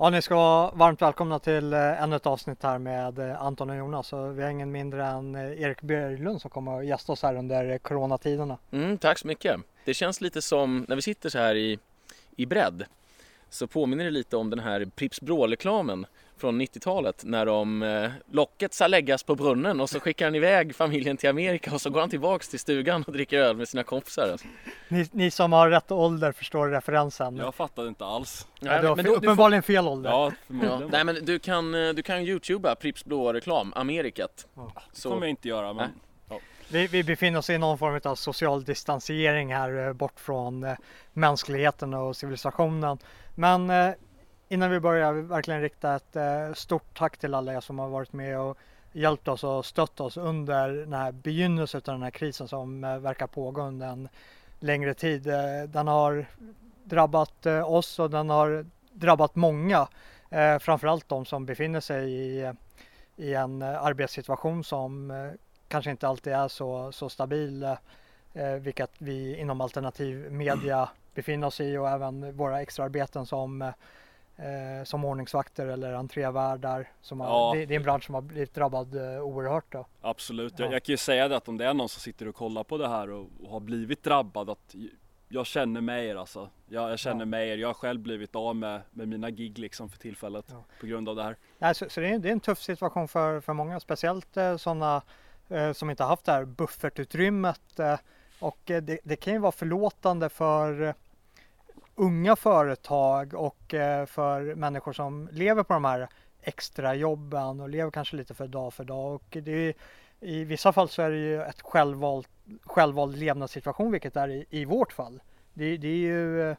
Ja, ni ska vara varmt välkomna till ännu ett avsnitt här med Anton och Jonas. Så vi har ingen mindre än Erik Berglund som kommer att gästa oss här under coronatiderna. Tack så mycket. Det känns lite som när vi sitter så här i bredd, så påminner det lite om den här Pripps Brå-reklamen från 90-talet när locket ska läggas på brunnen och så skickar han iväg familjen till Amerika och så går han tillbaks till stugan och dricker öl med sina kompisar. Ni som har rätt ålder förstår referensen. Jag fattade inte alls. Nej, du har uppenbarligen fel ålder. Ja, förmodligen. Nej, men du kan YouTubea Pripps Blå-reklam, Amerikat. Ja, det kommer jag inte göra, men... Vi befinner oss i någon form av social distansering här bort från mänskligheten och civilisationen. Men innan vi börjar verkligen rikta ett stort tack till alla er som har varit med och hjälpt oss och stött oss under den här begynnelsen av den här krisen som verkar pågå under en längre tid. Den har drabbat oss och den har drabbat många. Framförallt de som befinner sig i en arbetssituation som kanske inte alltid är så stabil, vilket vi inom alternativ media befinner oss i, och även våra extraarbeten som ordningsvakter eller entrévärdar. Det är en bransch som har blivit drabbad oerhört då. Absolut, jag kan ju säga det att om det är någon som sitter och kollar på det här och har blivit drabbad, att jag känner med er alltså. Jag känner med er. Jag har själv blivit av med mina gig liksom för tillfället på grund av det här. Nej, så det är en tuff situation för många, speciellt sådana som inte har haft det här buffertutrymmet, och det kan ju vara förlåtande för unga företag och för människor som lever på de här extra jobben och lever kanske lite för dag, och i vissa fall så är det ju ett självvald levnadssituation, vilket är i vårt fall. Det är ju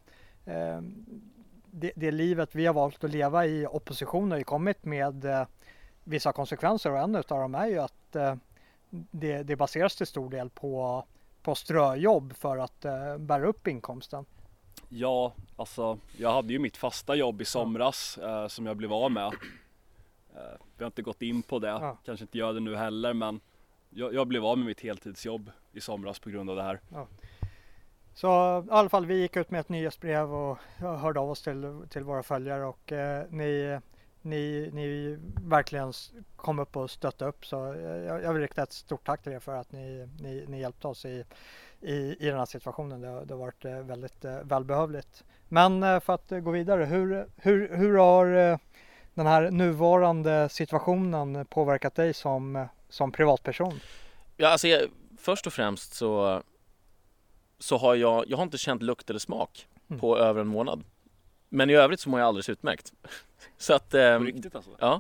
det livet vi har valt att leva i opposition har ju kommit med vissa konsekvenser, och en av dem är ju att det baseras till stor del på ströjobb för att bära upp inkomsten. Ja, alltså jag hade ju mitt fasta jobb i somras som jag blev av med. Vi har inte gått in på det, kanske inte gör det nu heller, men jag blev av med mitt heltidsjobb i somras på grund av det här. Ja. Så i alla fall, vi gick ut med ett nyhetsbrev och hörde av oss till våra följare, och ni verkligen kom upp och stötte upp, så jag vill rikta ett stort tack till er för att ni hjälpte oss i den här situationen. Det har varit väldigt välbehövligt. Men för att gå vidare, hur har den här nuvarande situationen påverkat dig som privatperson? Ja, alltså först och främst så har jag har inte känt lukt eller smak på över en månad. Men i övrigt så mår jag alldeles utmärkt. Så att, på riktigt alltså? Ja.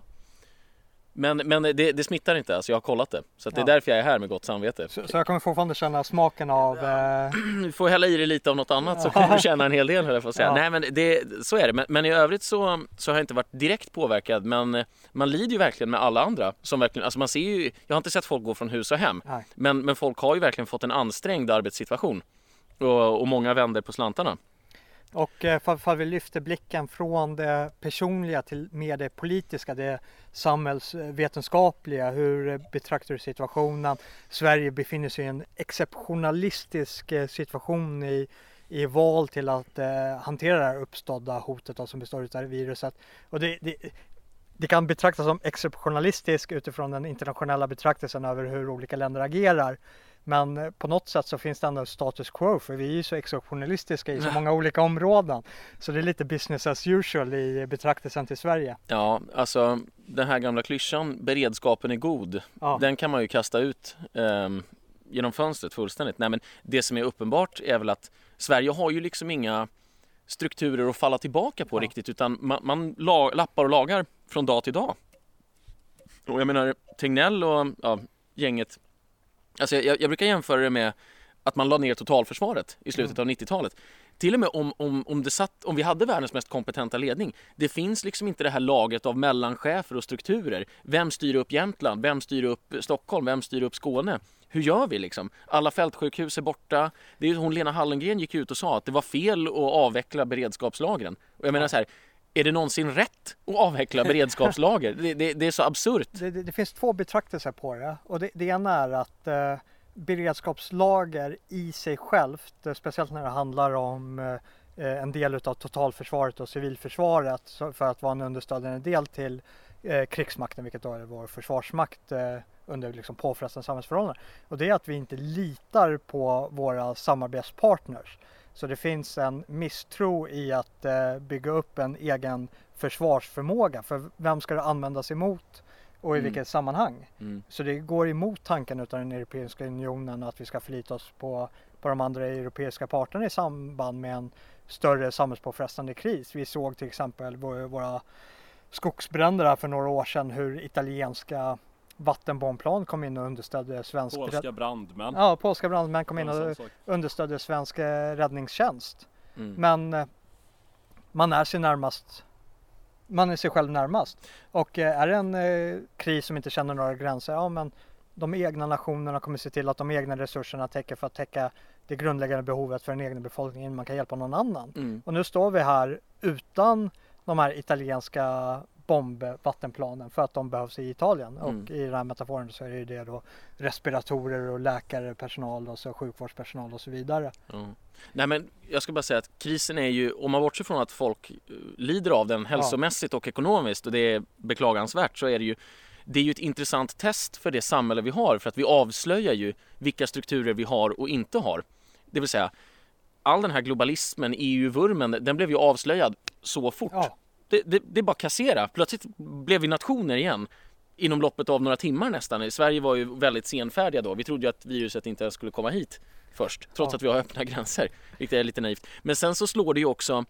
Men det smittar inte, alltså jag har kollat det. Så att det är därför jag är här med gott samvete. Så jag kommer fortfarande känna smaken av... Du får hälla i dig lite av något annat så kommer du känna en hel del, höll jag får säga. Ja. Nej, men så är det. Men i övrigt så har jag inte varit direkt påverkad. Men man lider ju verkligen med alla andra. Som verkligen, alltså man ser ju, jag har inte sett folk gå från hus och hem. Men folk har ju verkligen fått en ansträngd arbetssituation. Och många vänder på slantarna. Och för vi lyfter blicken från det personliga till mer det politiska, det samhällsvetenskapliga, hur betraktar du situationen? Sverige befinner sig i en exceptionalistisk situation i val till att hantera det här uppstådda hotet som består av viruset. Och det kan betraktas som exceptionalistiskt utifrån den internationella betraktelsen över hur olika länder agerar. Men på något sätt så finns det ändå status quo, för vi är ju så exceptionalistiska i så många olika områden. Så det är lite business as usual i betraktelsen till Sverige. Ja, alltså den här gamla klyschan, beredskapen är god, den kan man ju kasta ut genom fönstret fullständigt. Nej, men det som är uppenbart är väl att Sverige har ju liksom inga strukturer att falla tillbaka på riktigt, utan man lappar och lagar från dag till dag. Och jag menar, Tegnell och gänget. Alltså jag brukar jämföra det med att man la ner totalförsvaret i slutet av 90-talet. Till och med om vi hade världens mest kompetenta ledning. Det finns liksom inte det här lagret av mellanchefer och strukturer. Vem styr upp Jämtland? Vem styr upp Stockholm? Vem styr upp Skåne? Hur gör vi liksom? Alla fältsjukhus är borta. Det är hon Lena Hallengren gick ut och sa att det var fel att avveckla beredskapslagren. Och jag menar så här, är det någonsin rätt att avveckla beredskapslager? Det är så absurt. Det finns två betraktelser på det. Och det ena är att beredskapslager i sig självt, speciellt när det handlar om en del av totalförsvaret och civilförsvaret för att vara en understödjande del till krigsmakten, vilket då är vår försvarsmakt under liksom påfrestande samhällsförhållanden. Och det är att vi inte litar på våra samarbetspartners. Så det finns en misstro i att bygga upp en egen försvarsförmåga. För vem ska det användas emot och i vilket sammanhang? Så det går emot tanken av den Europeiska unionen att vi ska förlita oss på de andra europeiska parterna i samband med en större samhällspåfrestande kris. Vi såg till exempel våra skogsbränder här för några år sedan hur italienska vattenbombplan kom in och understödde svensk... Polska brandmän. Ja, polska brandmän kom in och understödde svensk räddningstjänst. Men man är sig själv närmast. Och är det en kris som inte känner några gränser, ja men de egna nationerna kommer se till att de egna resurserna täcker för att täcka det grundläggande behovet för den egna befolkningen. Man kan hjälpa någon annan. Och nu står vi här utan de här italienska bombvattenplanen för att de behövs i Italien. Och i den här metaforen så är det då respiratorer och läkare, personal och så sjukvårdspersonal och så vidare. Nej, men jag ska bara säga att krisen är ju, om man bortser från att folk lider av den hälsomässigt och ekonomiskt, och det är beklagansvärt, så är det är ju ett intressant test för det samhälle vi har, för att vi avslöjar ju vilka strukturer vi har och inte har. Det vill säga, all den här globalismen, EU-vurmen, den blev ju avslöjad så fort. Det är bara kassera. Plötsligt blev vi nationer igen inom loppet av några timmar nästan. Sverige var ju väldigt senfärdiga då. Vi trodde ju att viruset inte ens skulle komma hit först, trots att vi har öppna gränser, vilket är lite naivt. Men sen så slår det ju också,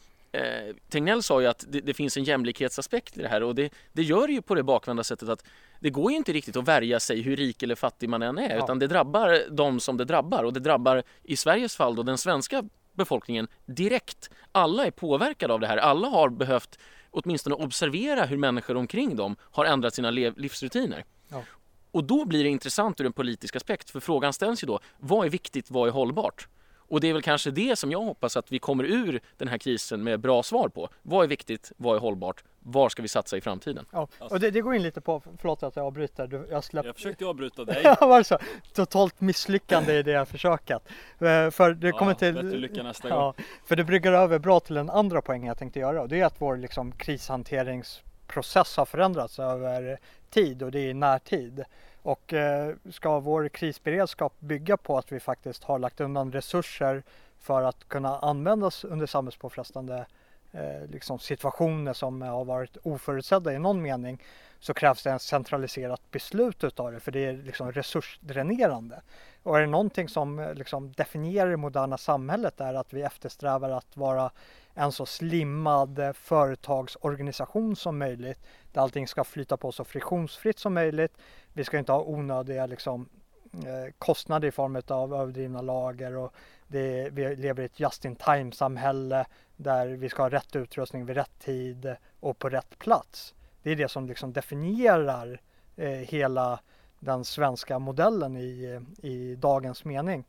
Tegnell sa ju att det finns en jämlikhetsaspekt i det här, och det gör det ju på det bakvända sättet att det går ju inte riktigt att värja sig hur rik eller fattig man än är, utan det drabbar de som det drabbar, och det drabbar i Sveriges fall då den svenska befolkningen direkt. Alla är påverkade av det här. Alla har behövt åtminstone observera hur människor omkring dem har ändrat sina livsrutiner. Och då blir det intressant ur en politisk aspekt, för frågan ställs ju då, vad är viktigt, vad är hållbart? Och det är väl kanske det som jag hoppas att vi kommer ur den här krisen med bra svar på. Vad är viktigt, vad är hållbart? Var ska vi satsa i framtiden? Ja, och det går in lite på, förlåt att jag avbryter. Jag försökte avbryta dig. Ja, var det så? Totalt misslyckande i det försöket. För det kommer till... bättre lycka nästa gång. För det bryggar över bra till en andra poäng jag tänkte göra. Och det är att vår liksom, krishanteringsprocess har förändrats över tid, och det är i närtid. Och ska vår krisberedskap bygga på att vi faktiskt har lagt undan resurser för att kunna användas under samhällspåfrestande liksom situationer som har varit oförutsedda i någon mening, så krävs det en centraliserat beslut utav det, för det är liksom resursdränerande. Och är det någonting som liksom definierar det moderna samhället är att vi eftersträvar att vara en så slimmad företagsorganisation som möjligt, där allting ska flyta på så friktionsfritt som möjligt. Vi ska inte ha onödiga liksom, kostnader i form av överdrivna lager, och vi lever i ett just-in-time-samhälle där vi ska ha rätt utrustning vid rätt tid och på rätt plats. Det är det som liksom definierar hela den svenska modellen i dagens mening.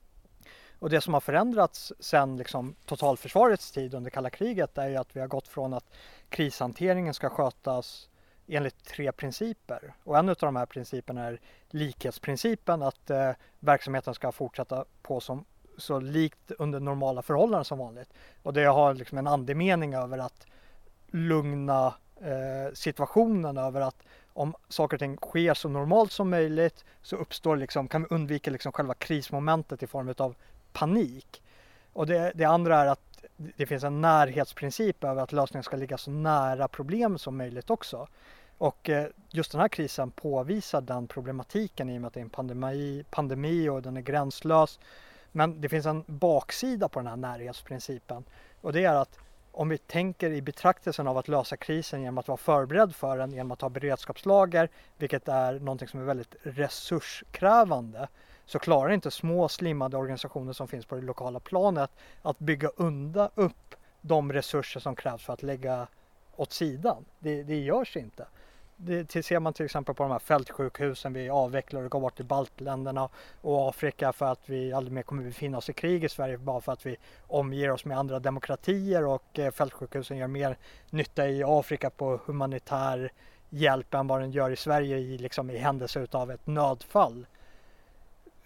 Och det som har förändrats sedan liksom totalförsvarets tid under kalla kriget är ju att vi har gått från att krishanteringen ska skötas enligt 3 principer. Och en av de här principerna är likhetsprincipen, att verksamheten ska fortsätta på som så likt under normala förhållanden som vanligt. Och det har liksom en andemening över att lugna situationen, över att om saker och ting sker så normalt som möjligt så uppstår liksom, kan vi undvika liksom själva krismomentet i form av panik. Och det andra är att det finns en närhetsprincip över att lösningen ska ligga så nära problem som möjligt också. Och just den här krisen påvisar den problematiken i och med att det är en pandemi och den är gränslös. Men det finns en baksida på den här närhetsprincipen, och det är att om vi tänker i betraktelsen av att lösa krisen genom att vara förberedd för den, genom att ha beredskapslager, vilket är någonting som är väldigt resurskrävande, så klarar inte små slimmade organisationer som finns på det lokala planet att bygga upp de resurser som krävs för att lägga åt sidan. Det görs inte. Det ser man till exempel på de här fältsjukhusen vi avvecklar och går bort till baltländerna och Afrika, för att vi aldrig mer kommer befinna oss i krig i Sverige, bara för att vi omger oss med andra demokratier, och fältsjukhusen gör mer nytta i Afrika på humanitär hjälp än vad den gör i Sverige i händelse av ett nödfall.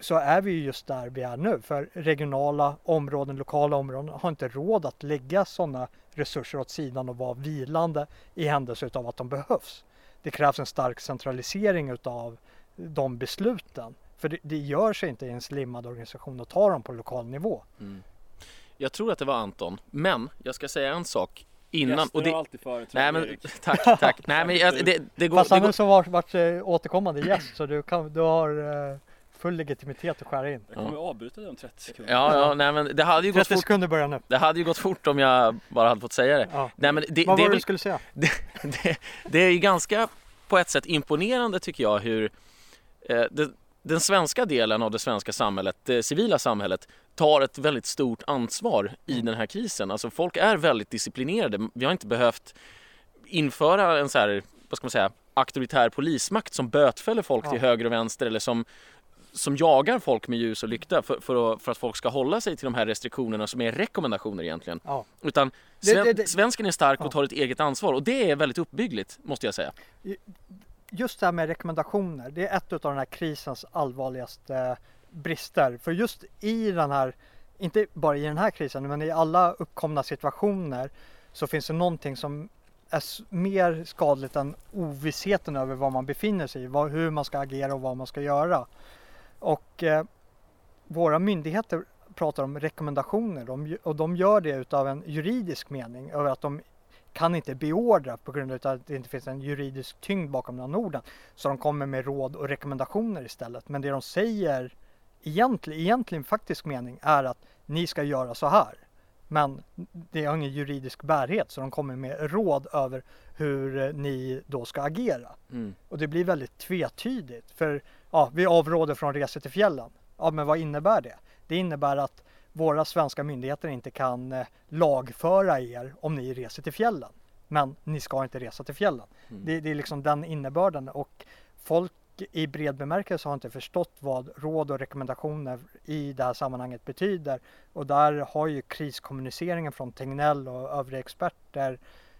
så är vi just där vi är nu. För regionala områden, lokala områden har inte råd att lägga sådana resurser åt sidan och vara vilande i händelse av att de behövs. Det krävs en stark centralisering av de besluten. För det gör sig inte i en slimmad organisation att ta dem på lokal nivå. Mm. Jag tror att det var Anton, men jag ska säga en sak innan. Och det har alltid förut. Nej men tack. Nej men det går. Fast han har så varit återkommande gäst så du har full legitimitet att skära in. Jag kommer avbryta det om 30 sekunder. Ja, nej men det hade ju gått fort. 30 sekunder börjar nu. Det hade ju gått fort om jag bara hade fått säga det. Ja. Nej men vad var det du skulle säga? Det är ju ganska på ett sätt imponerande tycker jag hur den svenska delen av det svenska samhället, det civila samhället, tar ett väldigt stort ansvar i den här krisen. Alltså folk är väldigt disciplinerade. Vi har inte behövt införa en så här, vad ska man säga, auktoritär polismakt som bötfäller folk till höger och vänster eller som jagar folk med ljus och lykta för att folk ska hålla sig till de här restriktionerna som är rekommendationer egentligen. Ja. Utan svensken är stark och tar ett eget ansvar och det är väldigt uppbyggligt måste jag säga. Just det här med rekommendationer, det är ett av den här krisens allvarligaste brister. För just i den här, inte bara i den här krisen, men i alla uppkomna situationer så finns det någonting som är mer skadligt än ovissheten över var man befinner sig i, hur man ska agera och vad man ska göra. Och våra myndigheter pratar om rekommendationer och de gör det utav en juridisk mening över att de kan inte beordra på grund av att det inte finns en juridisk tyngd bakom den orden. Så de kommer med råd och rekommendationer istället. Men det de säger egentligen faktisk mening är att ni ska göra så här. Men det har ingen juridisk bärighet så de kommer med råd över hur ni då ska agera. Mm. Och det blir väldigt tvetydigt. För vi avråder från resor till fjällen. Ja, men vad innebär det? Det innebär att våra svenska myndigheter inte kan lagföra er om ni reser till fjällen. Men ni ska inte resa till fjällen. Mm. Det är liksom den innebörden. Och folk i bred bemärkelse har inte förstått vad råd och rekommendationer i det här sammanhanget betyder. Och där har ju kriskommuniceringen från Tegnell och övriga experter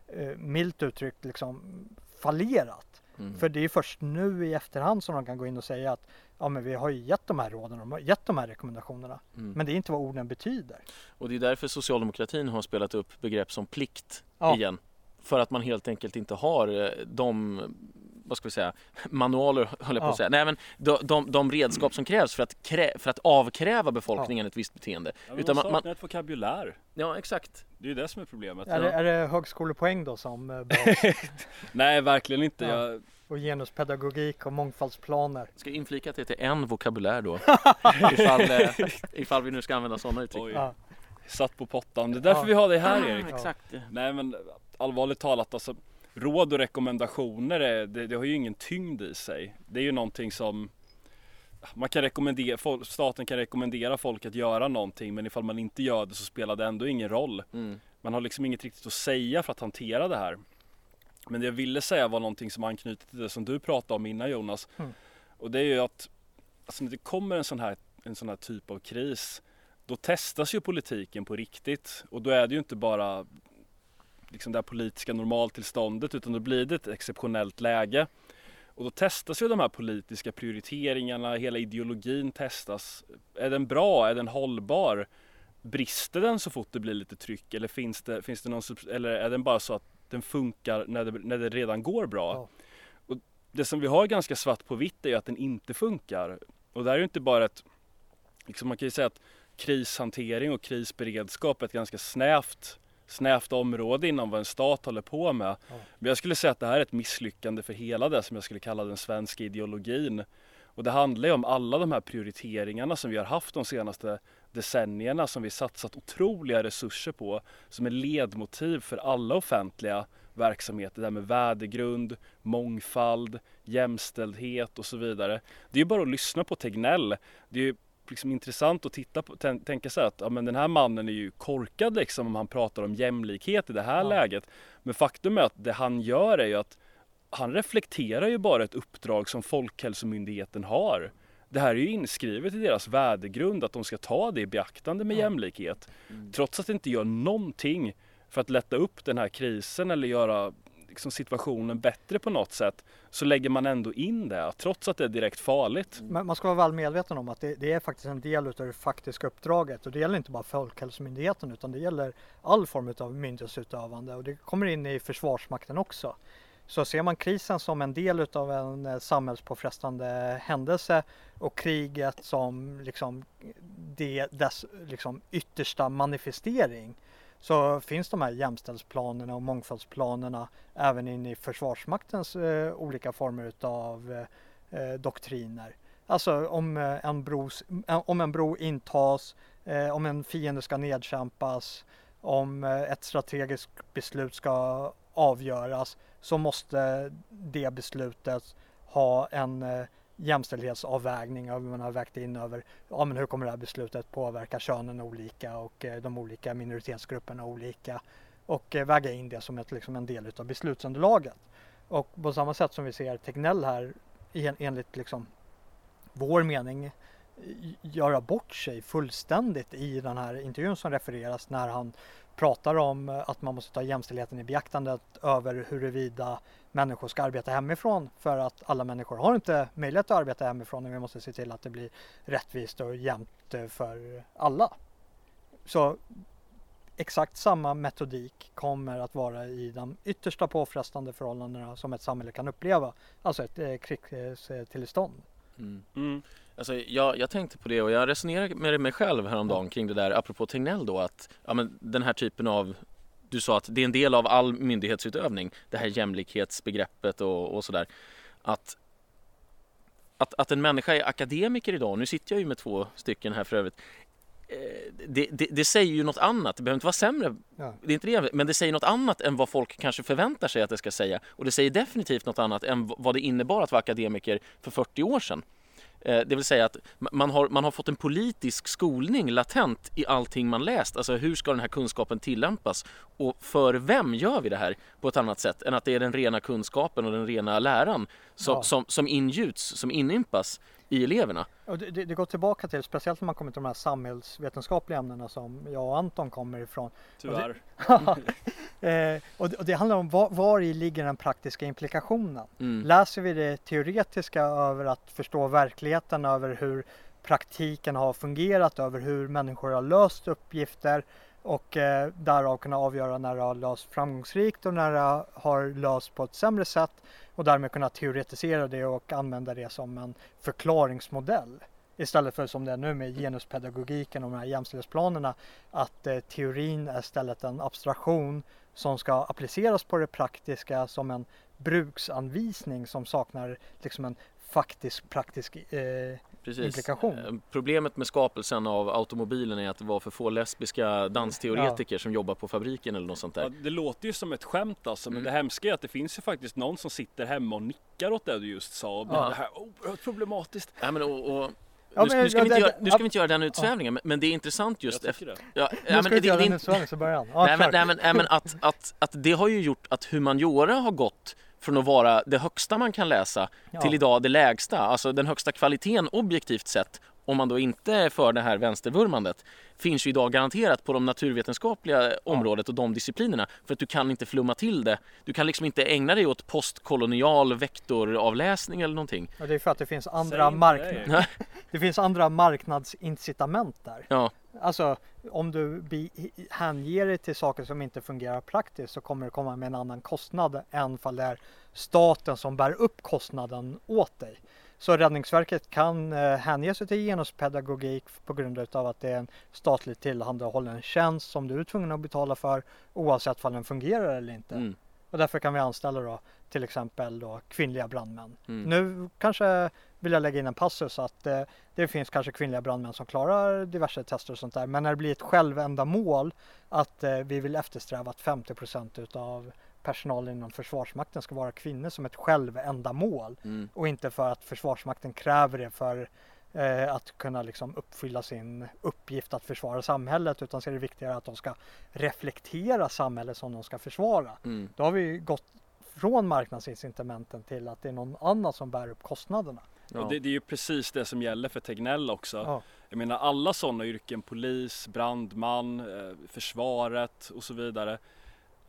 milt uttryckt liksom fallerat. Mm. För det är först nu i efterhand som de kan gå in och säga att men vi har ju gett de här råden, de har gett de här rekommendationerna. Mm. Men det är inte vad orden betyder. Och det är därför socialdemokratin har spelat upp begrepp som plikt igen. För att man helt enkelt inte har de, vad ska vi säga, manualer höll jag på att säga. Nej, men de redskap som krävs för att avkräva befolkningen ett visst beteende. Ja, utan man saknar ett vokabulär. Ja, exakt. Det är ju det som är problemet. Är det högskolepoäng då som behövs? Nej, verkligen inte. Ja. Och genuspedagogik och mångfaldsplaner. Ska inflika att det är en vokabulär då. ifall vi nu ska använda sådana uttryck. Satt på pottan. Det är därför vi har det här, Erik. Exakt. Nej, men allvarligt talat, alltså, råd och rekommendationer det har ju ingen tyngd i sig. Det är ju någonting som man kan rekommendera, staten kan rekommendera folk att göra någonting, men ifall man inte gör det så spelar det ändå ingen roll. Mm. Man har liksom inget riktigt att säga för att hantera det här. Men det jag ville säga var någonting som anknyter till det som du pratade om innan, Jonas. Mm. Och det är ju att alltså, när det kommer en sån här typ av kris, då testas ju politiken på riktigt. Och då är det ju inte bara liksom det här politiska normaltillståndet, utan då blir det ett exceptionellt läge. Och då testas ju de här politiska prioriteringarna, hela ideologin testas. Är den bra? Är den hållbar? Brister den så fort det blir lite tryck? Eller finns det någon, eller är den bara så att den funkar när det redan går bra? Ja. Och det som vi har ganska svart på vitt är ju att den inte funkar. Och det här är ju inte bara ett, liksom man kan ju säga att krishantering och krisberedskap är ett ganska snävt område inom vad en stat håller på med. Ja. Men jag skulle säga att det här är ett misslyckande för hela det som jag skulle kalla den svenska ideologin. Och det handlar ju om alla de här prioriteringarna som vi har haft de senaste decennierna, som vi satsat otroliga resurser på, som är ledmotiv för alla offentliga verksamheter, där med värdegrund, mångfald, jämställdhet och så vidare. Det är ju bara att lyssna på Tegnell. Det är ju liksom intressant att titta på, tänka sig att men den här mannen är ju korkad liksom om han pratar om jämlikhet i det här läget. Men faktum är att det han gör är ju att han reflekterar ju bara ett uppdrag som Folkhälsomyndigheten har. Det här är ju inskrivet i deras värdegrund att de ska ta det i beaktande med jämlikhet. Trots att det inte gör någonting för att lätta upp den här krisen eller göra liksom situationen bättre på något sätt, så lägger man ändå in det trots att det är direkt farligt. Men man ska vara väl medveten om att det är faktiskt en del av det faktiska uppdraget, och det gäller inte bara Folkhälsomyndigheten utan det gäller all form av myndighetsutövande, och det kommer in i Försvarsmakten också. Så ser man krisen som en del av en samhällspåfrestande händelse och kriget som liksom dess liksom yttersta manifestering, så finns de här jämställdhetsplanerna och mångfaldsplanerna även in i Försvarsmaktens olika former av doktriner. Alltså om en bro intas, om en fiende ska nedkämpas, om ett strategiskt beslut ska avgöras, så måste det beslutet ha en jämställdhetsavvägning. Man har vägt in över men hur kommer det här beslutet påverka könen olika och de olika minoritetsgrupperna olika, och väga in det som liksom en del av beslutsunderlaget. Och på samma sätt som vi ser Tegnell här enligt liksom vår mening göra bort sig fullständigt i den här intervjun som refereras, när han pratar om att man måste ta jämställdheten i beaktandet över huruvida människor ska arbeta hemifrån, för att alla människor har inte möjlighet att arbeta hemifrån, och vi måste se till att det blir rättvist och jämnt för alla. Så exakt samma metodik kommer att vara i de yttersta påfrestande förhållandena som ett samhälle kan uppleva, alltså ett krigstillstånd. Alltså jag tänkte på det, och jag resonerade med mig själv häromdagen kring det där, apropå Tegnell då, att men den här typen av, du sa att det är en del av all myndighetsutövning, det här jämlikhetsbegreppet och sådär, att en människa är akademiker idag, nu sitter jag ju med 2 stycken här för övrigt, det säger ju något annat, det behöver inte vara sämre, det är inte det, men det säger något annat än vad folk kanske förväntar sig att det ska säga, och det säger definitivt något annat än vad det innebar att vara akademiker för 40 år sedan. Det vill säga att man har fått en politisk skolning latent i allting man läst. Alltså hur ska den här kunskapen tillämpas? Och för vem gör vi det här på ett annat sätt än att det är den rena kunskapen och den rena läran som ingjuts, som inympas i eleverna? Och det går tillbaka till, speciellt när man kommer till de här samhällsvetenskapliga ämnena som jag och Anton kommer ifrån. Tyvärr. Och det handlar om var i ligger den praktiska implikationen. Läser vi det teoretiska över att förstå verkligheten, över hur praktiken har fungerat, över hur människor har löst uppgifter, och därav kunna avgöra när det har löst framgångsrikt och när det har löst på ett sämre sätt, och därmed kunna teoretisera det och använda det som en förklaringsmodell. Istället för som det är nu med genuspedagogiken och de här jämställdhetsplanerna, att teorin är istället en abstraktion som ska appliceras på det praktiska som en bruksanvisning som saknar liksom en praktisk implikation. Problemet med skapelsen av automobilen är att det var för få lesbiska dansteoretiker som jobbar på fabriken eller något sånt där. Ja, det låter ju som ett skämt alltså, men det hemska är att det finns ju faktiskt någon som sitter hemma och nickar åt det du just sa. Det här är oerhört problematiskt. Ja, men nu ska vi inte göra den utsvävningen, men det är intressant just nu ska vi inte göra den utsvävningen så början. Att det har ju gjort att humaniora har gått från att vara det högsta man kan läsa till idag det lägsta, alltså den högsta kvaliteten objektivt sett, om man då inte är för det här vänstervurmandet, finns ju idag garanterat på de naturvetenskapliga området och de disciplinerna, för att du kan inte flumma till det. Du kan liksom inte ägna dig åt postkolonial vektoravläsning eller någonting. Och det är för att det finns andra marknadsincitament där. Ja. Alltså om du hänger dig till saker som inte fungerar praktiskt, så kommer det komma med en annan kostnad än fall det är staten som bär upp kostnaden åt dig. Så Räddningsverket kan hänge sig till genuspedagogik på grund av att det är en statligt tillhandahållen tjänst som du är tvungen att betala för, oavsett om den fungerar eller inte. Och därför kan vi anställa då till exempel då kvinnliga brandmän. Nu kanske vill jag lägga in en passus att det finns kanske kvinnliga brandmän som klarar diverse tester och sånt där. Men när det blir ett självändamål att vi vill eftersträva att 50% av personalen inom Försvarsmakten ska vara kvinnor som ett självändamål, och inte för att Försvarsmakten kräver det för att kunna liksom uppfylla sin uppgift att försvara samhället, utan så är det viktigare att de ska reflektera samhället som de ska försvara. Då har vi gått från marknadsincitamenten till att det är någon annan som bär upp kostnaderna. Ja. Det är ju precis det som gäller för Tegnell också. Ja. Jag menar alla sådana yrken, polis, brandman, försvaret och så vidare. Alltså,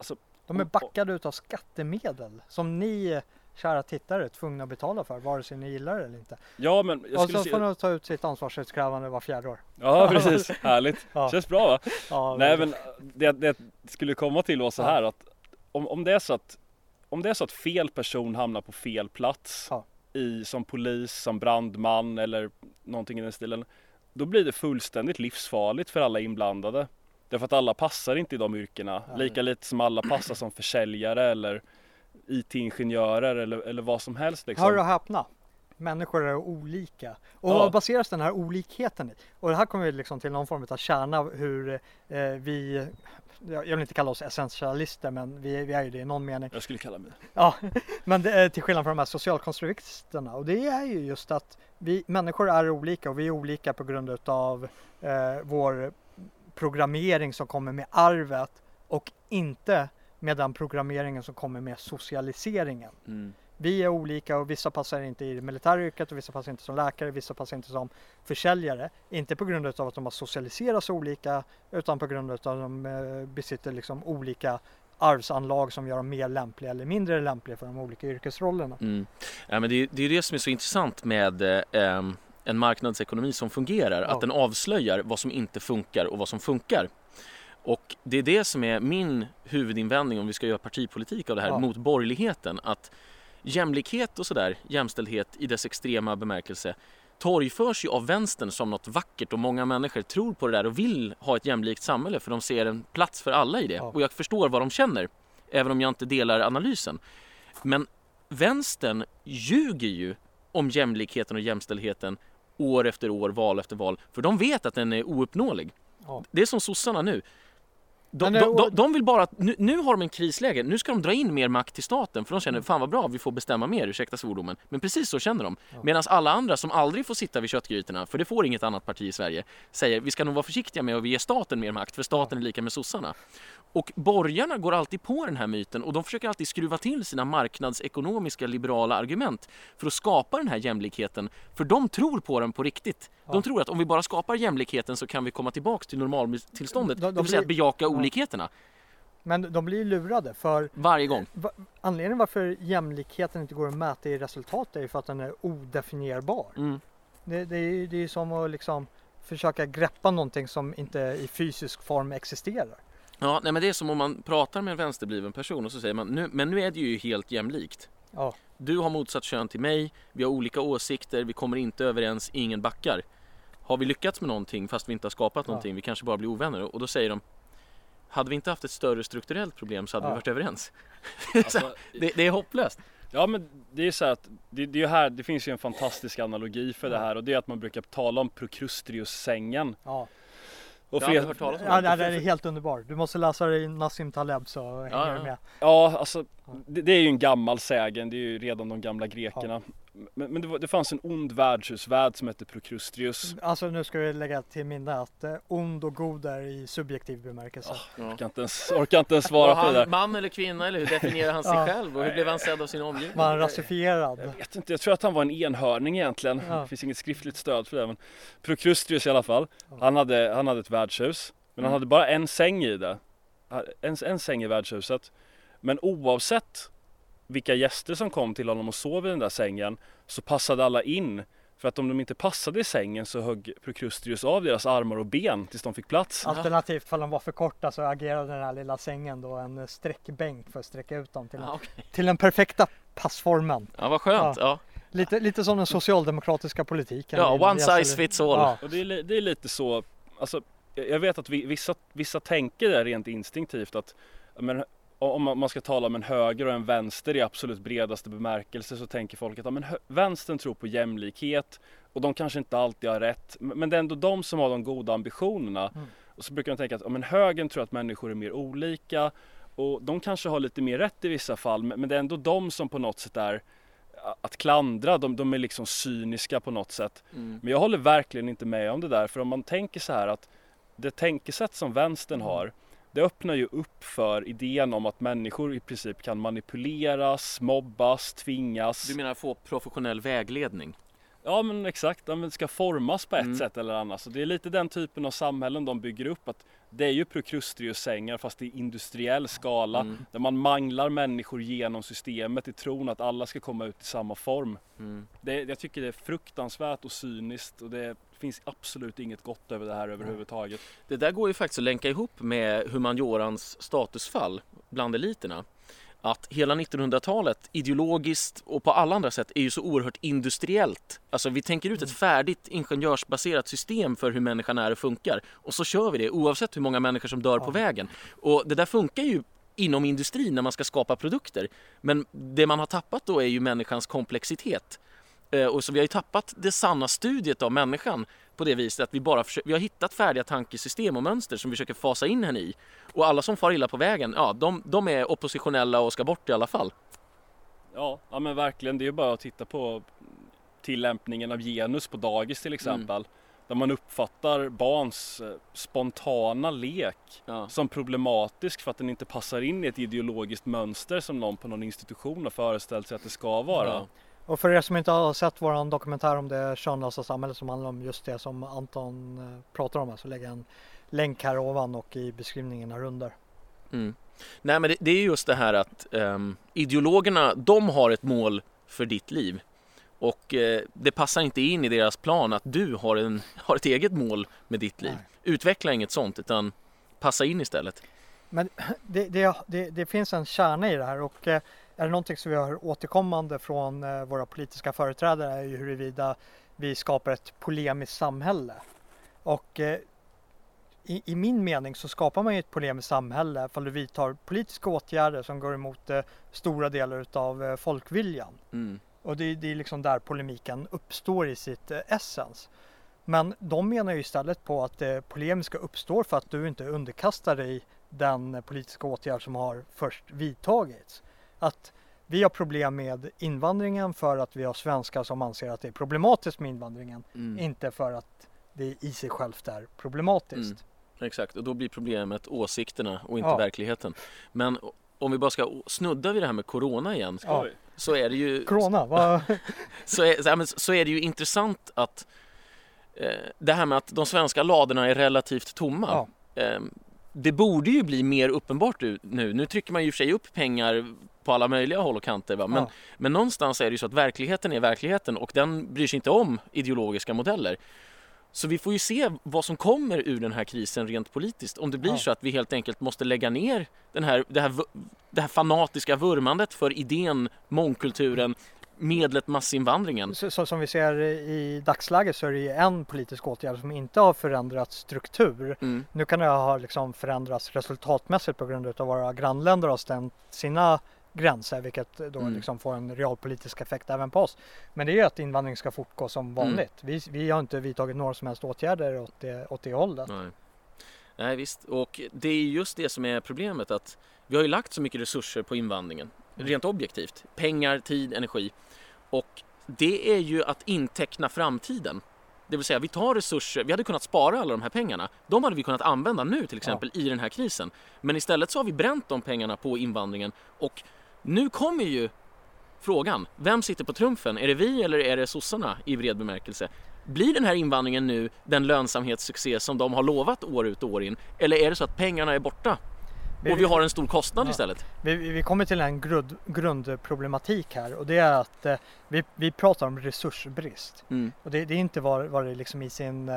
De är backade utav skattemedel som ni, kära tittare, är tvungna att betala för, vare sig ni gillar det eller inte. Ja, men och så får de ta ut sitt ansvarsutkrävande var 4 år. Ja, precis. Härligt. Ja. Känns bra, va? Ja, nej, men det skulle komma till oss så här att om det är så att fel person hamnar på fel plats som polis, som brandman eller någonting i den stilen, då blir det fullständigt livsfarligt för alla inblandade. Därför att alla passar inte i de yrkena. Lika lite som alla passar som försäljare eller IT-ingenjörer eller vad som helst. Liksom. Hör och häpna. Människor är olika. Och vad baseras den här olikheten i? Och det här kommer vi liksom till någon form av kärna hur vi, jag vill inte kalla oss essentialister, men vi är ju det i någon mening. Jag skulle kalla mig. Ja, men det är till skillnad från de här socialkonstruktivisterna. Och det är ju just att vi människor är olika och vi är olika på grund av vår programmering som kommer med arvet och inte med den programmeringen som kommer med socialiseringen. Vi är olika och vissa passar inte i det militära yrket och vissa passar inte som läkare, vissa passar inte som försäljare. Inte på grund av att de har socialiserats olika, utan på grund av att de besitter liksom olika arvsanlag som gör dem mer lämpliga eller mindre lämpliga för de olika yrkesrollerna. Ja, men det är det som är så intressant med en marknadsekonomi som fungerar, att den avslöjar vad som inte funkar och vad som funkar. Och det är det som är min huvudinvändning om vi ska göra partipolitik av det här mot borgerligheten, att jämlikhet och sådär, jämställdhet i dess extrema bemärkelse torgförs ju av vänstern som något vackert och många människor tror på det där och vill ha ett jämlikt samhälle för de ser en plats för alla i det. Och jag förstår vad de känner, även om jag inte delar analysen. Men vänstern ljuger ju om jämlikheten och jämställdheten år efter år, val efter val, för de vet att den är ouppnåelig. Det är som sossarna nu. De vill bara, nu har de en krisläge, nu ska de dra in mer makt till staten för de känner, fan vad bra, vi får bestämma mer, ursäkta svordomen. Men precis så känner de. Medan alla andra som aldrig får sitta vid köttgrytorna, för det får inget annat parti i Sverige, säger vi ska nog vara försiktiga med att ge staten mer makt, för staten är lika med sossarna. Och borgarna går alltid på den här myten och de försöker alltid skruva till sina marknadsekonomiska liberala argument för att skapa den här jämlikheten, för de tror på den på riktigt. De tror att om vi bara skapar jämlikheten så kan vi komma tillbaka till normaltillståndet, det vill säga att bejaka olikheterna. Men de blir lurade för varje gång. Anledningen varför jämlikheten inte går att mäta i resultat är för att den är odefinierbar. Det är som att liksom försöka greppa någonting som inte i fysisk form existerar. Ja, nej, men det är som om man pratar med en vänsterbliven person och så säger man, nu är det ju helt jämlikt. Du har motsatt kön till mig, vi har olika åsikter, vi kommer inte överens, ingen backar. Har vi lyckats med någonting fast vi inte har skapat någonting, vi kanske bara blir ovänner? Och då säger de, hade vi inte haft ett större strukturellt problem så hade vi varit överens. Alltså, det är hopplöst. Ja, men det är så att det finns ju en fantastisk analogi för det här, och det är att man brukar tala om Procrustrius-sängen. Och det är helt underbart. Du måste läsa det i Nassim Taleb så hänger du med. Ja, alltså det är ju en gammal sägen. Det är ju redan de gamla grekerna. Men det fanns en ond värdshusvärd som hette Procrustrius. Alltså nu ska vi lägga till minne att ond och god är i subjektiv bemärkelse. Orkar inte ens svara på det där. Man eller kvinna, eller hur definierar han sig själv? Och hur blev han sedd av sin omgivning? Var han rasifierad? Jag vet inte, jag tror att han var en enhörning egentligen. Det finns inget skriftligt stöd för det. Men Procrustrius i alla fall, han hade ett värdshus. Men han hade bara en säng i det. En säng i värdshuset. Men oavsett vilka gäster som kom till honom och sov i den där sängen så passade alla in. För att om de inte passade i sängen så högg Procrustrius av deras armar och ben tills de fick plats. Alternativt, för de var för korta så agerade den här lilla sängen då en sträckbänk för att sträcka ut dem till den perfekta passformen. Ja, vad skönt. Ja. Lite som den socialdemokratiska politiken. Ja, one size fits all. Ja. Och det är lite så, alltså, jag vet att vissa tänker det rent instinktivt att om man ska tala om en höger och en vänster i absolut bredaste bemärkelse så tänker folk att vänstern tror på jämlikhet och de kanske inte alltid har rätt, men det är ändå de som har de goda ambitionerna. Och så brukar de tänka att högern tror att människor är mer olika och de kanske har lite mer rätt i vissa fall, men det är ändå de som på något sätt är att klandra, de är liksom cyniska på något sätt. Men jag håller verkligen inte med om det där, för om man tänker så här att det tänkesätt som vänstern har, det öppnar ju upp för idén om att människor i princip kan manipuleras, mobbas, tvingas. Du menar få professionell vägledning? Ja, men exakt. De ska formas på ett sätt eller annat. Så det är lite den typen av samhällen de bygger upp. Att det är ju Procrusteus-sängar fast i industriell skala där man manglar människor genom systemet i tron att alla ska komma ut i samma form. Jag tycker det är fruktansvärt och cyniskt och det finns absolut inget gott över det här överhuvudtaget. Det där går ju faktiskt att länka ihop med humaniorans statusfall bland eliterna. Att hela 1900-talet ideologiskt och på alla andra sätt är ju så oerhört industriellt. Alltså vi tänker ut ett färdigt ingenjörsbaserat system för hur människan är och funkar. Och så kör vi det oavsett hur många människor som dör på vägen. Och det där funkar ju inom industrin när man ska skapa produkter. Men det man har tappat då är ju människans komplexitet. Och så vi har ju tappat det sanna studiet av människan på det viset att vi har hittat färdiga tankesystem och mönster som vi försöker fasa in henne i. Och alla som far illa på vägen, ja, de är oppositionella och ska bort i alla fall. Ja men verkligen, det är ju bara att titta på tillämpningen av genus på dagis till exempel. Där man uppfattar barns spontana lek som problematisk för att den inte passar in i ett ideologiskt mönster som någon på någon institution har föreställt sig att det ska vara. Ja. Och för er som inte har sett vår dokumentär om det könlösa samhället som handlar om just det som Anton pratar om, så lägger jag en länk här ovan och i beskrivningen här under. Nej, men det är just det här att ideologerna, de har ett mål för ditt liv. Och det passar inte in i deras plan att du har ett eget mål med ditt liv. Nej. Utveckla inget sånt utan passa in istället. Men det finns en kärna i det här och är det någonting som vi har återkommande från våra politiska företrädare är ju huruvida vi skapar ett polemiskt samhälle. Och i min mening så skapar man ju ett polemiskt samhälle ifall du vidtar politiska åtgärder som går emot stora delar av folkviljan. Och det är liksom där polemiken uppstår i sitt essens. Men de menar ju istället på att det polemiska uppstår för att du inte underkastar dig den politiska åtgärd som har först vidtagits. Att vi har problem med invandringen för att vi har svenskar som anser att det är problematiskt med invandringen. Inte för att det i sig självt är problematiskt. Exakt, och då blir problemet åsikterna och inte verkligheten. Men om vi bara ska snudda vid det här med corona igen så är det ju så är det ju intressant att det här med att de svenska ladorna är relativt tomma. Det borde ju bli mer uppenbart nu. Nu trycker man ju för sig upp pengar på alla möjliga håll och kanter. Va? Men någonstans är det ju så att verkligheten är verkligheten och den bryr sig inte om ideologiska modeller. Så vi får ju se vad som kommer ur den här krisen rent politiskt. Om det blir så att vi helt enkelt måste lägga ner det här fanatiska vurmandet för idén, mångkulturen, medlet massinvandringen. Så som vi ser i dagsläget så är det en politisk åtgärd som inte har förändrat struktur. Nu kan det ha liksom förändrats resultatmässigt på grund av att våra grannländer har stängt sina gränser, vilket då liksom får en realpolitisk effekt även på oss. Men det är att invandring ska fortgå som vanligt. Vi har inte vidtagit några som helst åtgärder åt det hållet. Nej, visst. Och det är just det som är problemet, att vi har ju lagt så mycket resurser på invandringen, rent objektivt. Pengar, tid, energi. Och det är ju att inteckna framtiden. Det vill säga, vi tar resurser, vi hade kunnat spara alla de här pengarna. De hade vi kunnat använda nu till exempel i den här krisen. Men istället så har vi bränt de pengarna på invandringen. Och nu kommer ju frågan, vem sitter på trumfen? Är det vi eller är det sossarna i bred bemärkelse? Blir den här invandringen nu den lönsamhetssuccé som de har lovat år ut och år in? Eller är det så att pengarna är borta? Och vi har en stor kostnad istället. Vi kommer till en grundproblematik här och det är att vi pratar om resursbrist. Och det är inte vad det liksom i sin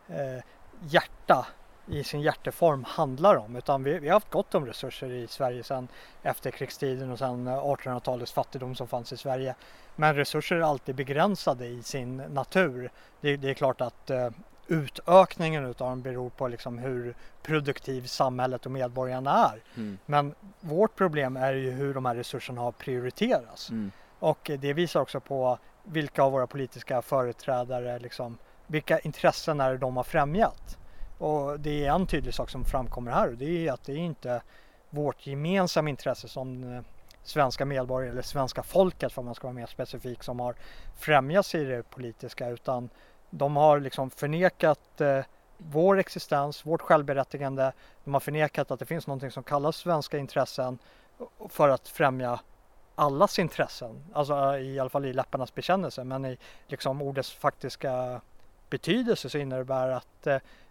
hjärteform handlar om, utan vi har haft gott om resurser i Sverige sedan efterkrigstiden och sedan 1800-talets fattigdom som fanns i Sverige. Men resurser är alltid begränsade i sin natur. Det är klart att utökningen utav dem beror på liksom hur produktiv samhället och medborgarna är. Men vårt problem är ju hur de här resurserna har prioriterats. Och det visar också på vilka av våra politiska företrädare, liksom, vilka intressen är de har främjat. Och det är en tydlig sak som framkommer här, och det är att det är inte vårt gemensamma intresse som svenska medborgare eller svenska folket, för man ska vara mer specifik, som har främjats i det politiska, utan de har liksom förnekat vår existens, vårt självberättigande. De har förnekat att det finns något som kallas svenska intressen för att främja allas intressen. Alltså i alla fall i läpparnas bekännelse, men i liksom ordets faktiska betydelse så innebär att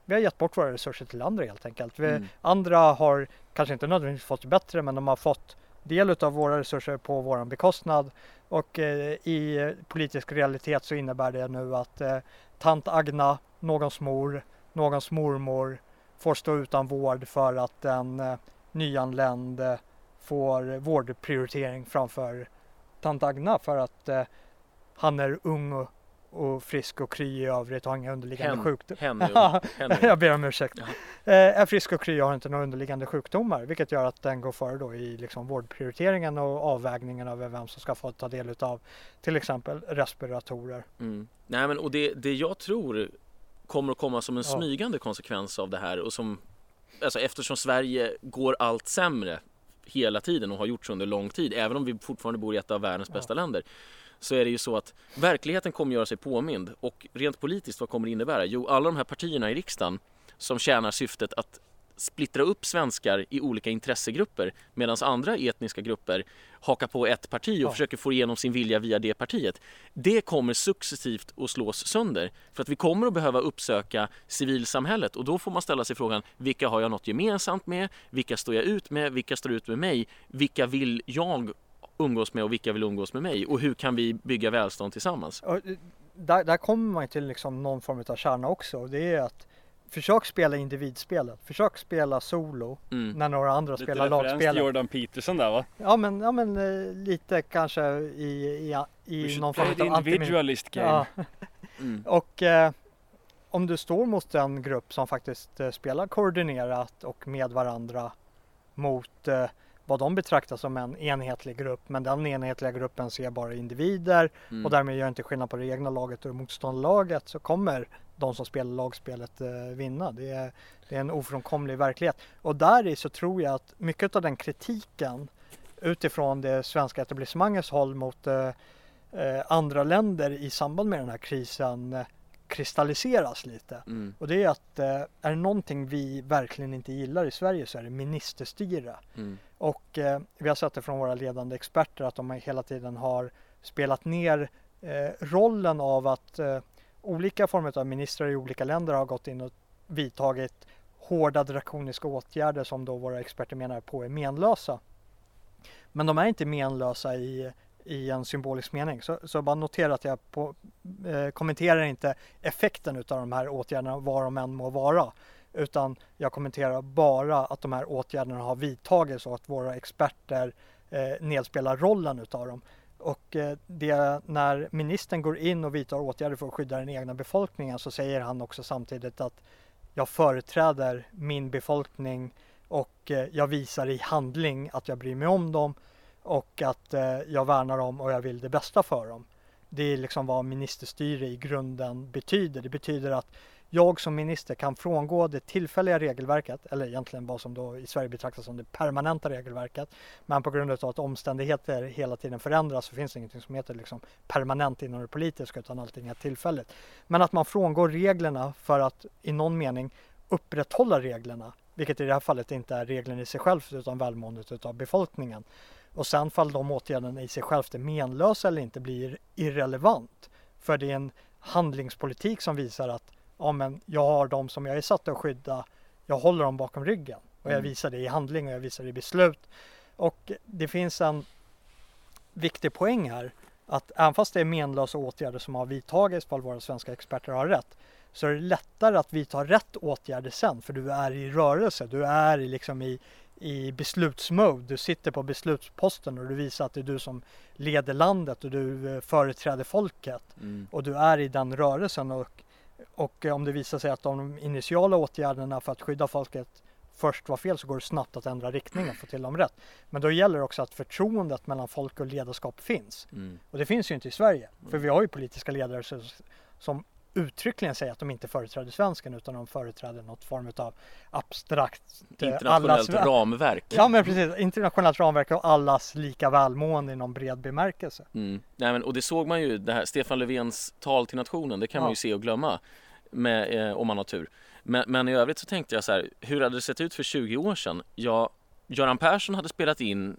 vi har gett bort våra resurser till andra helt enkelt. Andra har kanske inte nödvändigtvis fått det bättre, men de har fått del av våra resurser på våran bekostnad. Och i politisk realitet så innebär det nu att tant Agna, någons mor, någons mormor får stå utan vård för att en nyanländ får vårdprioritering framför tant Agna för att han är ung och frisk och kry i övrigt och har inga underliggande sjukdomar. Jag ber om ursäkt. Är frisk och kry och har inte några underliggande sjukdomar, vilket gör att den går före då i liksom vårdprioriteringen och avvägningen av vem som ska få ta del av till exempel respiratorer. Nej, men och det jag tror kommer att komma som en smygande konsekvens av det här, och som, alltså, eftersom Sverige går allt sämre hela tiden och har gjort så under lång tid, även om vi fortfarande bor i ett av världens bästa länder, så är det ju så att verkligheten kommer göra sig påmind. Och rent politiskt, vad kommer det innebära? Jo, alla de här partierna i riksdagen som tjänar syftet att splittra upp svenskar i olika intressegrupper, medan andra etniska grupper hakar på ett parti och försöker få igenom sin vilja via det partiet. Det kommer successivt att slås sönder, för att vi kommer att behöva uppsöka civilsamhället, och då får man ställa sig frågan: vilka har jag något gemensamt med? Vilka står jag ut med? Vilka står ut med mig? Vilka vill jag umgås med och vilka vill umgås med mig? Och hur kan vi bygga välstånd tillsammans? Och där kommer man till liksom någon form av kärna också. Det är att försök spela individspelet. Försök spela solo när några andra lite spelar lagspel. Lite referens till Jordan Peterson där, va? Ja men lite kanske i någon form av individualist game. Ja. Och om du står mot en grupp som faktiskt spelar koordinerat och med varandra mot vad de betraktar som en enhetlig grupp, men den enhetliga gruppen ser bara individer och därmed gör inte skillnad på det egna laget och motståndarlaget, så kommer de som spelar lagspelet vinna. Det är en ofrånkomlig verklighet. Och där i så tror jag att mycket av den kritiken utifrån det svenska etablissemangets håll mot andra länder i samband med den här krisen kristalliseras lite. Och det är att är det någonting vi verkligen inte gillar i Sverige, så är det ministerstyre. Och vi har sett det från våra ledande experter att de hela tiden har spelat ner rollen av att olika former av ministrar i olika länder har gått in och vidtagit hårda drakoniska åtgärder som då våra experter menar på är menlösa. Men de är inte menlösa i en symbolisk mening. Så bara notera att jag kommenterar inte effekten av de här åtgärderna, vad de än må vara. Utan jag kommenterar bara att de här åtgärderna har vidtagits och att våra experter nedspelar rollen utav dem. Och det, när ministern går in och vidtar åtgärder för att skydda den egna befolkningen, så säger han också samtidigt att jag företräder min befolkning och jag visar i handling att jag bryr mig om dem och att jag värnar dem och jag vill det bästa för dem. Det är liksom vad ministerstyre i grunden betyder. Det betyder att jag som minister kan frångå det tillfälliga regelverket, eller egentligen vad som då i Sverige betraktas som det permanenta regelverket. Men på grund av att omständigheter hela tiden förändras så finns det ingenting som heter liksom permanent inom det politiska, utan allting är tillfälligt. Men att man frångår reglerna för att i någon mening upprätthålla reglerna, vilket i det här fallet inte är reglerna i sig själv utan välmåendet av befolkningen. Och sen fall de åtgärderna i sig självt är menlösa eller inte blir irrelevant. För det är en handlingspolitik som visar att men jag har dem som jag är satt att skydda, jag håller dem bakom ryggen. Och jag visar det i handling och jag visar det i beslut. Och det finns en viktig poäng här, att även fast det är menlösa åtgärder som har vidtagits, för våra svenska experter har rätt, så är det lättare att vidta rätt åtgärder sen, för du är i rörelse, du är liksom i beslutsmode, du sitter på beslutsposten och du visar att det är du som leder landet och du företräder folket och du är i den rörelsen, och om det visar sig att de initiala åtgärderna för att skydda folket först var fel, så går det snabbt att ändra riktningen och få till dem rätt. Men då gäller det också att förtroendet mellan folk och ledarskap finns. Och det finns ju inte i Sverige, för vi har ju politiska ledare som uttryckligen säger att de inte företräder svensken, utan de företräder något form av abstrakt internationellt ramverk. Ja, men precis, internationellt ramverk och allas lika välmående i någon bred bemärkelse. Nej, men, och det såg man ju, det här Stefan Löfvens tal till nationen, det kan man ju se och glömma med, om man har tur. Men i övrigt så tänkte jag så här, hur hade det sett ut för 20 år sedan? Göran Persson hade spelat in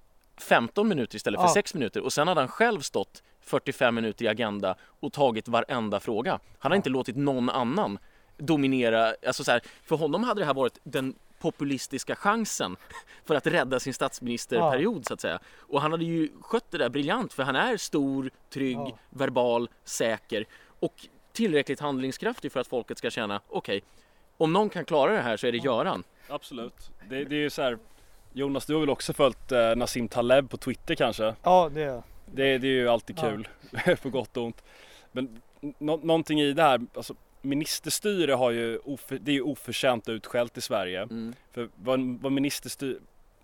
15 minuter istället för 6 minuter, och sen hade han själv stått 45 minuter i Agenda och tagit varenda fråga. Han har inte låtit någon annan dominera, alltså så här, för honom hade det här varit den populistiska chansen för att rädda sin statsministerperiod så att säga. Och han hade ju skött det där briljant, för han är stor, trygg, verbal, säker och tillräckligt handlingskraftig för att folket ska känna okej, om någon kan klara det här så är det Göran. Absolut. Det är ju så här, Jonas, du har väl också följt Nassim Taleb på Twitter kanske? Ja, det är det är ju alltid kul, på gott och ont. Men någonting i det här, alltså ministerstyre har ju det är ju oförtjänt utskällt i Sverige. För vad ministerstyre,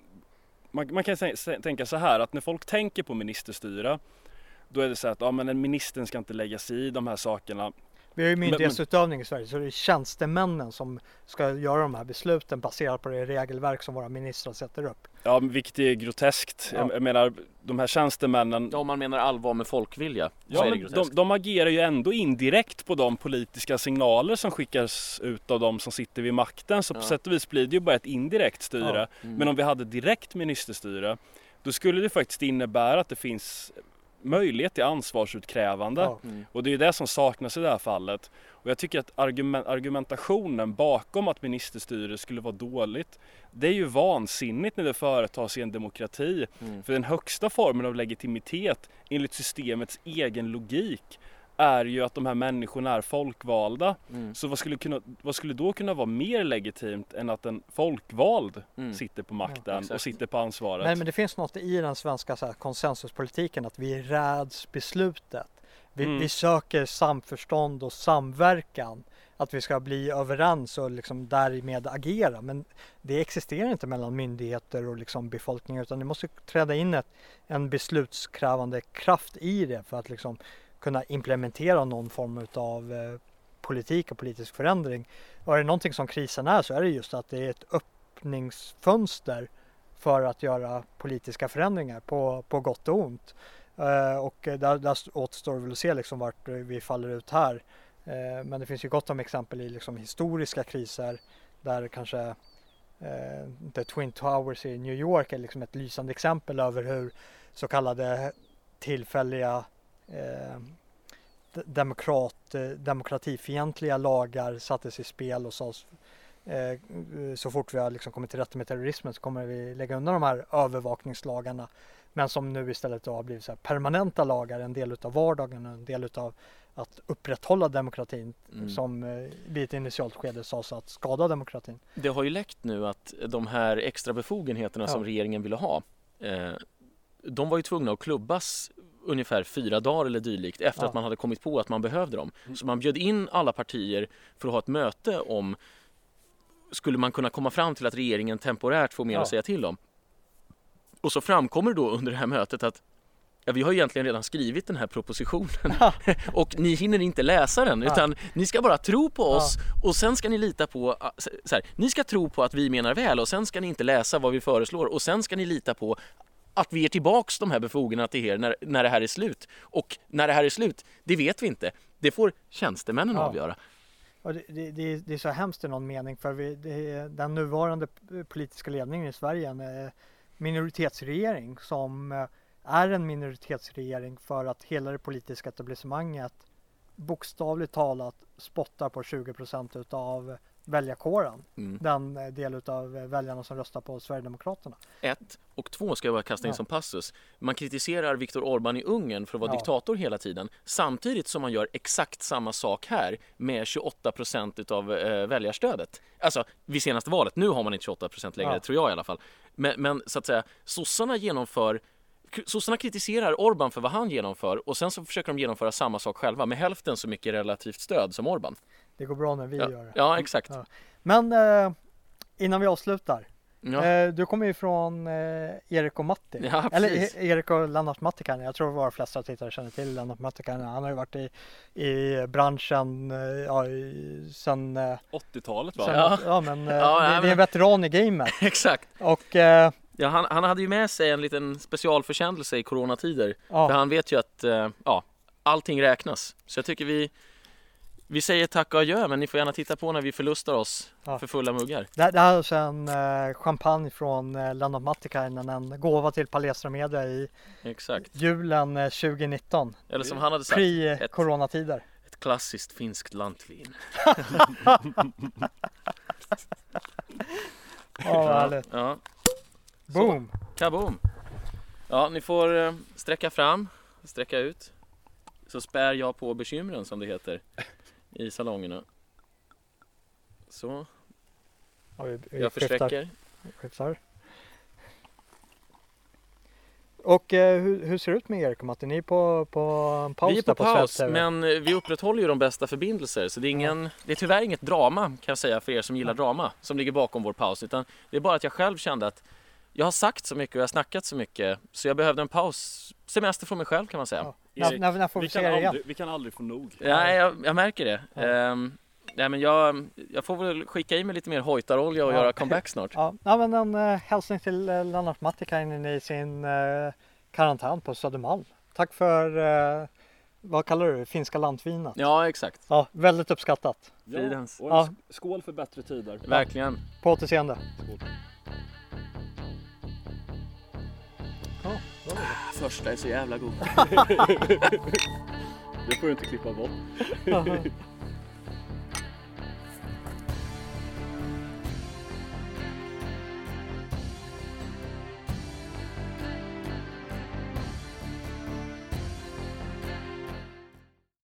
man kan tänka så här, att när folk tänker på ministerstyre, då är det så att men en ministern ska inte lägga sig i de här sakerna. Vi har ju myndighetsutövning i Sverige, så det är tjänstemännen som ska göra de här besluten baserat på det regelverk som våra ministrar sätter upp. Ja, vilket är groteskt. Jag menar, de här tjänstemännen... Ja, om man menar allvar med folkvilja, så är det groteskt. De agerar ju ändå indirekt på de politiska signaler som skickas ut av de som sitter vid makten. Så på sätt och vis blir det ju bara ett indirekt styre. Men om vi hade direkt ministerstyre, då skulle det faktiskt innebära att det finns möjlighet till ansvarsutkrävande. Och det är ju det som saknas i det här fallet. Och jag tycker att argumentationen bakom att ministerstyre skulle vara dåligt, det är ju vansinnigt när det företas i en demokrati. För den högsta formen av legitimitet enligt systemets egen logik är ju att de här människorna är folkvalda. Så vad skulle då kunna vara mer legitimt än att en folkvald sitter på makten och sitter på ansvaret? Nej, men det finns något i den svenska så här, konsensuspolitiken, att vi räds beslutet. Vi söker samförstånd och samverkan, att vi ska bli överens och liksom därmed agera. Men det existerar inte mellan myndigheter och liksom befolkningen, utan det måste träda in en beslutskrävande kraft i det för att liksom kunna implementera någon form av politik och politisk förändring. Och är det någonting som krisen är, så är det just att det är ett öppningsfönster för att göra politiska förändringar på gott och ont. Och där återstår väl att se liksom vart vi faller ut här. Men det finns ju gott om exempel i liksom historiska kriser där kanske The Twin Towers i New York är liksom ett lysande exempel över hur så kallade tillfälliga demokratifientliga lagar sattes i spel och sades så fort vi har liksom kommit till rätta med terrorismen så kommer vi lägga undan de här övervakningslagarna, men som nu istället har blivit så här permanenta lagar, en del utav vardagen, en del utav att upprätthålla demokratin som vid ett initialt skede sades att skada demokratin. Det har ju läckt nu att de här extra befogenheterna som regeringen ville ha, de var ju tvungna att klubbas ungefär 4 dagar eller dylikt efter att man hade kommit på att man behövde dem. Så man bjöd in alla partier för att ha ett möte om skulle man kunna komma fram till att regeringen temporärt får mer att säga till om. Och så framkommer det då under det här mötet att vi har egentligen redan skrivit den här propositionen och ni hinner inte läsa den utan ni ska bara tro på oss och sen ska ni lita på så här, ni ska tro på att vi menar väl och sen ska ni inte läsa vad vi föreslår och sen ska ni lita på att vi ger tillbaks de här befogenheterna till er när det här är slut. Och när det här är slut, det vet vi inte. Det får tjänstemännen avgöra. Och det är så hemskt i någon mening, för den nuvarande politiska ledningen i Sverige är en minoritetsregering som är en minoritetsregering för att hela det politiska etablissemanget bokstavligt talat spottar på 20% utav väljarkåren. Den del av väljarna som röstar på Sverigedemokraterna. 1 och 2 ska jag bara kasta in som passus. Man kritiserar Viktor Orbán i Ungern för att vara diktator hela tiden, samtidigt som man gör exakt samma sak här med 28% av väljarstödet. Alltså vid senaste valet, nu har man inte 28% längre, tror jag i alla fall. Men så att säga, sossarna kritiserar Orbán för vad han genomför och sen så försöker de genomföra samma sak själva med hälften så mycket relativt stöd som Orbán. Det går bra när vi gör det. Ja, exakt. Ja. Men innan vi avslutar. Du kommer ju från Erik och Matti. Ja, eller Erik och Lennart Matikainen. Jag tror våra flesta tittare känner till Lennart Matikainen. Han har ju varit i branschen sedan 80-talet va? Det är en veteran i gamet. Exakt. Och han hade ju med sig en liten specialförsändelse i coronatider. För han vet ju att allting räknas. Så jag tycker vi säger tack och adjö, men ni får gärna titta på när vi förlustar oss för fulla muggar. Det här är alltså en champagne från Lennart Matikainen, en gåva till Palestra Media i julen 2019. Eller som han hade sagt, pre-coronatider. Ett klassiskt finskt lantvin. Vad härligt. Ja. Boom! Kaboom! Ja, ni får sträcka fram, sträcka ut. Så spär jag på bekymren, som det heter, i salongerna. Så. Jag försträcker. Skiftar. Och hur ser det ut med er? Är ni på paus? Vi är på paus, men vi upprätthåller ju de bästa förbindelser. Så det är tyvärr inget drama, kan jag säga, för er som gillar drama, som ligger bakom vår paus. Utan det är bara att jag själv kände att jag har sagt så mycket och jag har snackat så mycket, så jag behövde en paus, semester från mig själv, kan man säga. Ja. När får vi se det igen? Vi kan aldrig få nog. Nej, jag märker det. Nej, men jag får väl skicka i mig lite mer hojtarolja och göra comeback snart. Ja, men en hälsning till Lennart Mattikainen i sin karantän på Södermalm. Tack för, vad kallar du det? Finska lantvinet. Ja, exakt. Ja, väldigt uppskattat. Ja, och skål för bättre tider. Verkligen. På återseende. Skål. Första är så jävla god. Det får du inte klippa bort.